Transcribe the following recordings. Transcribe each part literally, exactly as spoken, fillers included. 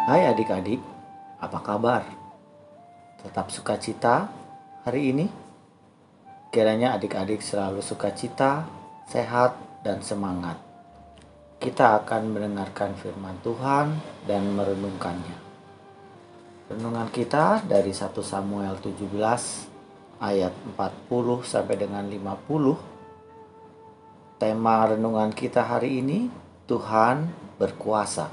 Hai adik-adik, apa kabar? Tetap sukacita hari ini? Kiranya adik-adik selalu sukacita, sehat, dan semangat. Kita akan mendengarkan firman Tuhan dan merenungkannya. Renungan kita dari satu Samuel tujuh belas ayat empat puluh sampai dengan lima puluh. Tema renungan kita hari ini, Tuhan berkuasa.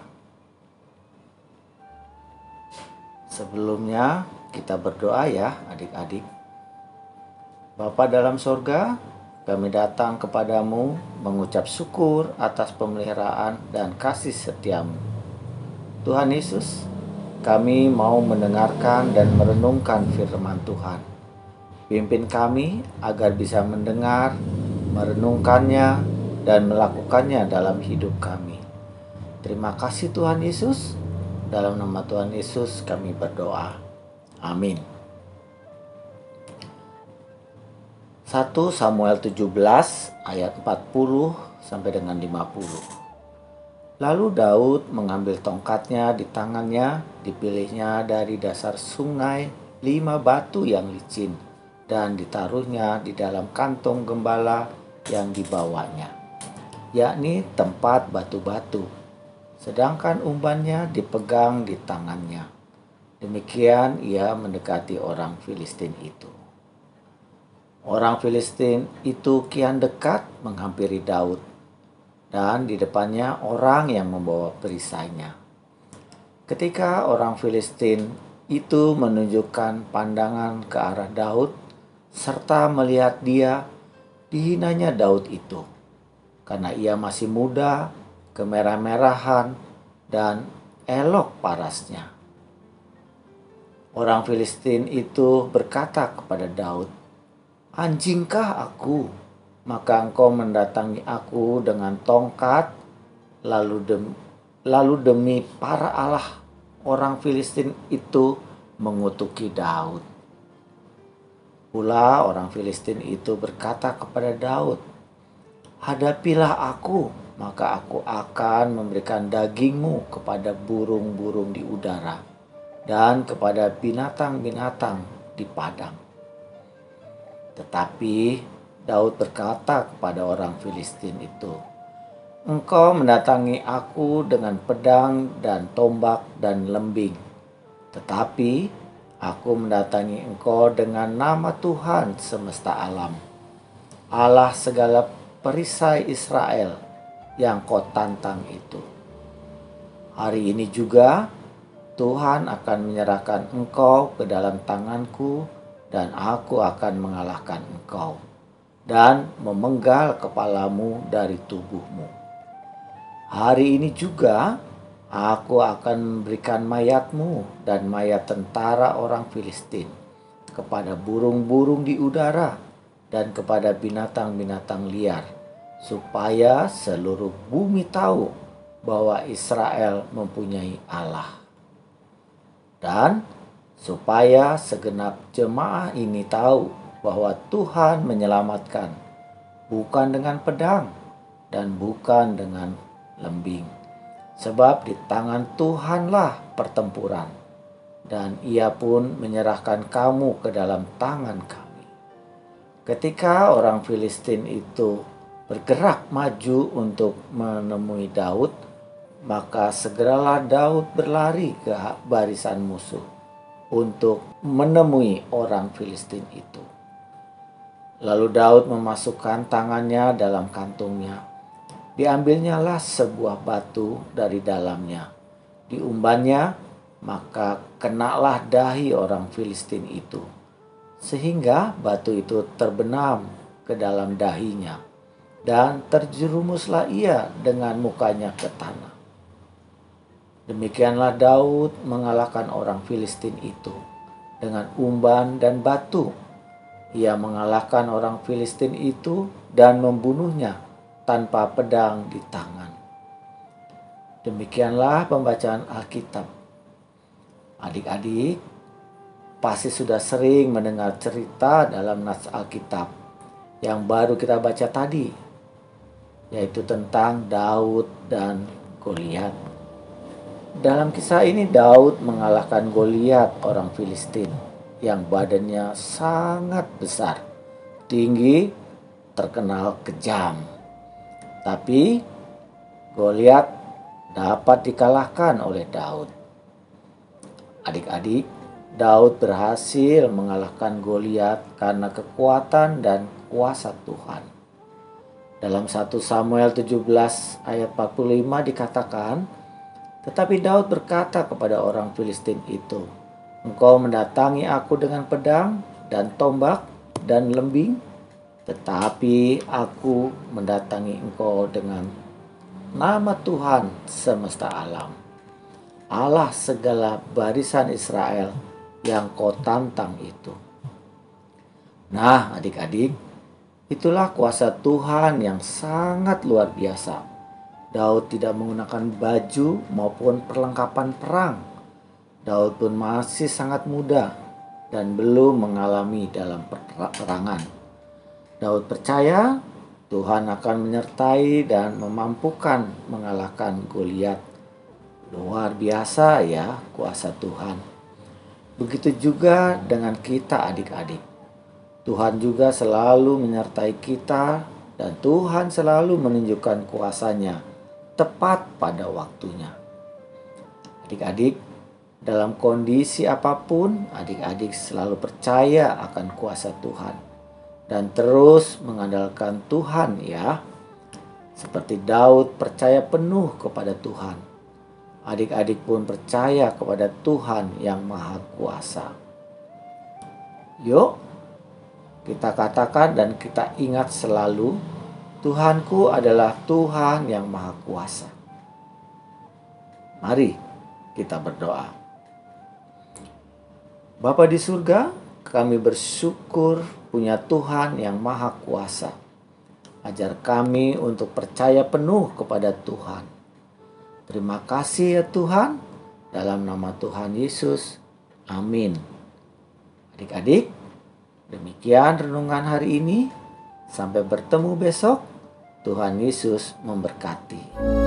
Sebelumnya kita berdoa ya adik-adik. Bapa dalam sorga, kami datang kepadamu mengucap syukur atas pemeliharaan dan kasih setiamu. Tuhan Yesus, kami mau mendengarkan dan merenungkan firman Tuhan. Pimpin kami agar bisa mendengar, merenungkannya, dan melakukannya dalam hidup kami. Terima kasih Tuhan Yesus. Dalam nama Tuhan Yesus kami berdoa. Amin. satu Samuel tujuh belas ayat empat puluh sampai dengan lima puluh. Lalu Daud mengambil tongkatnya di tangannya, dipilihnya dari dasar sungai lima batu yang licin dan ditaruhnya di dalam kantong gembala yang dibawanya, yakni tempat batu-batu. Sedangkan umbannya dipegang di tangannya. Demikian ia mendekati orang Filistin itu. Orang Filistin itu kian dekat menghampiri Daud, dan di depannya orang yang membawa perisainya. Ketika orang Filistin itu menunjukkan pandangan ke arah Daud, serta melihat dia, dihinanya Daud itu, karena ia masih muda, kemerah-merahan, dan elok parasnya. Orang Filistin itu berkata kepada Daud, "Anjingkah aku, maka engkau mendatangi aku dengan tongkat, lalu demi, lalu demi para Allah orang Filistin itu mengutuki Daud." Pula orang Filistin itu berkata kepada Daud, "Hadapilah aku, maka aku akan memberikan dagingmu kepada burung-burung di udara dan kepada binatang-binatang di padang." Tetapi Daud berkata kepada orang Filistin itu, "Engkau mendatangi aku dengan pedang dan tombak dan lembing, tetapi aku mendatangi engkau dengan nama Tuhan semesta alam, Allah segala perisai Israel yang kau tantang itu. Hari ini juga Tuhan akan menyerahkan engkau ke dalam tanganku, dan aku akan mengalahkan engkau dan memenggal kepalamu dari tubuhmu. Hari ini juga aku akan memberikan mayatmu dan mayat tentara orang Filistin kepada burung-burung di udara dan kepada binatang-binatang liar, supaya seluruh bumi tahu bahwa Israel mempunyai Allah. Dan supaya segenap jemaah ini tahu bahwa Tuhan menyelamatkan, bukan dengan pedang dan bukan dengan lembing. Sebab di tangan Tuhanlah pertempuran, dan ia pun menyerahkan kamu ke dalam tangan kami." Ketika orang Filistin itu bergerak maju untuk menemui Daud, maka segeralah Daud berlari ke barisan musuh untuk menemui orang Filistin itu. Lalu Daud memasukkan tangannya dalam kantungnya. Diambilnyalah sebuah batu dari dalamnya, diumbannya, maka kenalah dahi orang Filistin itu, sehingga batu itu terbenam ke dalam dahinya, dan terjerumuslah ia dengan mukanya ke tanah. Demikianlah Daud mengalahkan orang Filistin itu dengan umban dan batu. Ia mengalahkan orang Filistin itu dan membunuhnya tanpa pedang di tangan. Demikianlah pembacaan Alkitab. Adik-adik pasti sudah sering mendengar cerita dalam nas Alkitab yang baru kita baca tadi, yaitu tentang Daud dan Goliat. Dalam kisah ini Daud mengalahkan Goliat orang Filistin yang badannya sangat besar, tinggi, terkenal kejam. Tapi Goliat dapat dikalahkan oleh Daud. Adik-adik, Daud berhasil mengalahkan Goliat karena kekuatan dan kuasa Tuhan. Dalam satu Samuel tujuh belas ayat empat puluh lima dikatakan, tetapi Daud berkata kepada orang Filistin itu, "Engkau mendatangi aku dengan pedang dan tombak dan lembing, tetapi aku mendatangi engkau dengan nama Tuhan semesta alam, Allah segala barisan Israel yang kau tantang itu." Nah, adik-adik, itulah kuasa Tuhan yang sangat luar biasa. Daud tidak menggunakan baju maupun perlengkapan perang. Daud pun masih sangat muda dan belum mengalami dalam peperangan. Daud percaya Tuhan akan menyertai dan memampukan mengalahkan Goliat. Luar biasa ya kuasa Tuhan. Begitu juga dengan kita adik-adik. Tuhan juga selalu menyertai kita dan Tuhan selalu menunjukkan kuasa-Nya tepat pada waktunya. Adik-adik, dalam kondisi apapun, adik-adik selalu percaya akan kuasa Tuhan dan terus mengandalkan Tuhan ya. Seperti Daud percaya penuh kepada Tuhan. Adik-adik pun percaya kepada Tuhan yang Maha Kuasa. Yuk, kita katakan dan kita ingat selalu, Tuhanku adalah Tuhan yang Maha Kuasa. Mari kita berdoa. Bapa di surga, kami bersyukur punya Tuhan yang Maha Kuasa. Ajar kami untuk percaya penuh kepada Tuhan. Terima kasih ya Tuhan, dalam nama Tuhan Yesus. Amin. Adik-adik, demikian renungan hari ini. Sampai bertemu besok. Tuhan Yesus memberkati.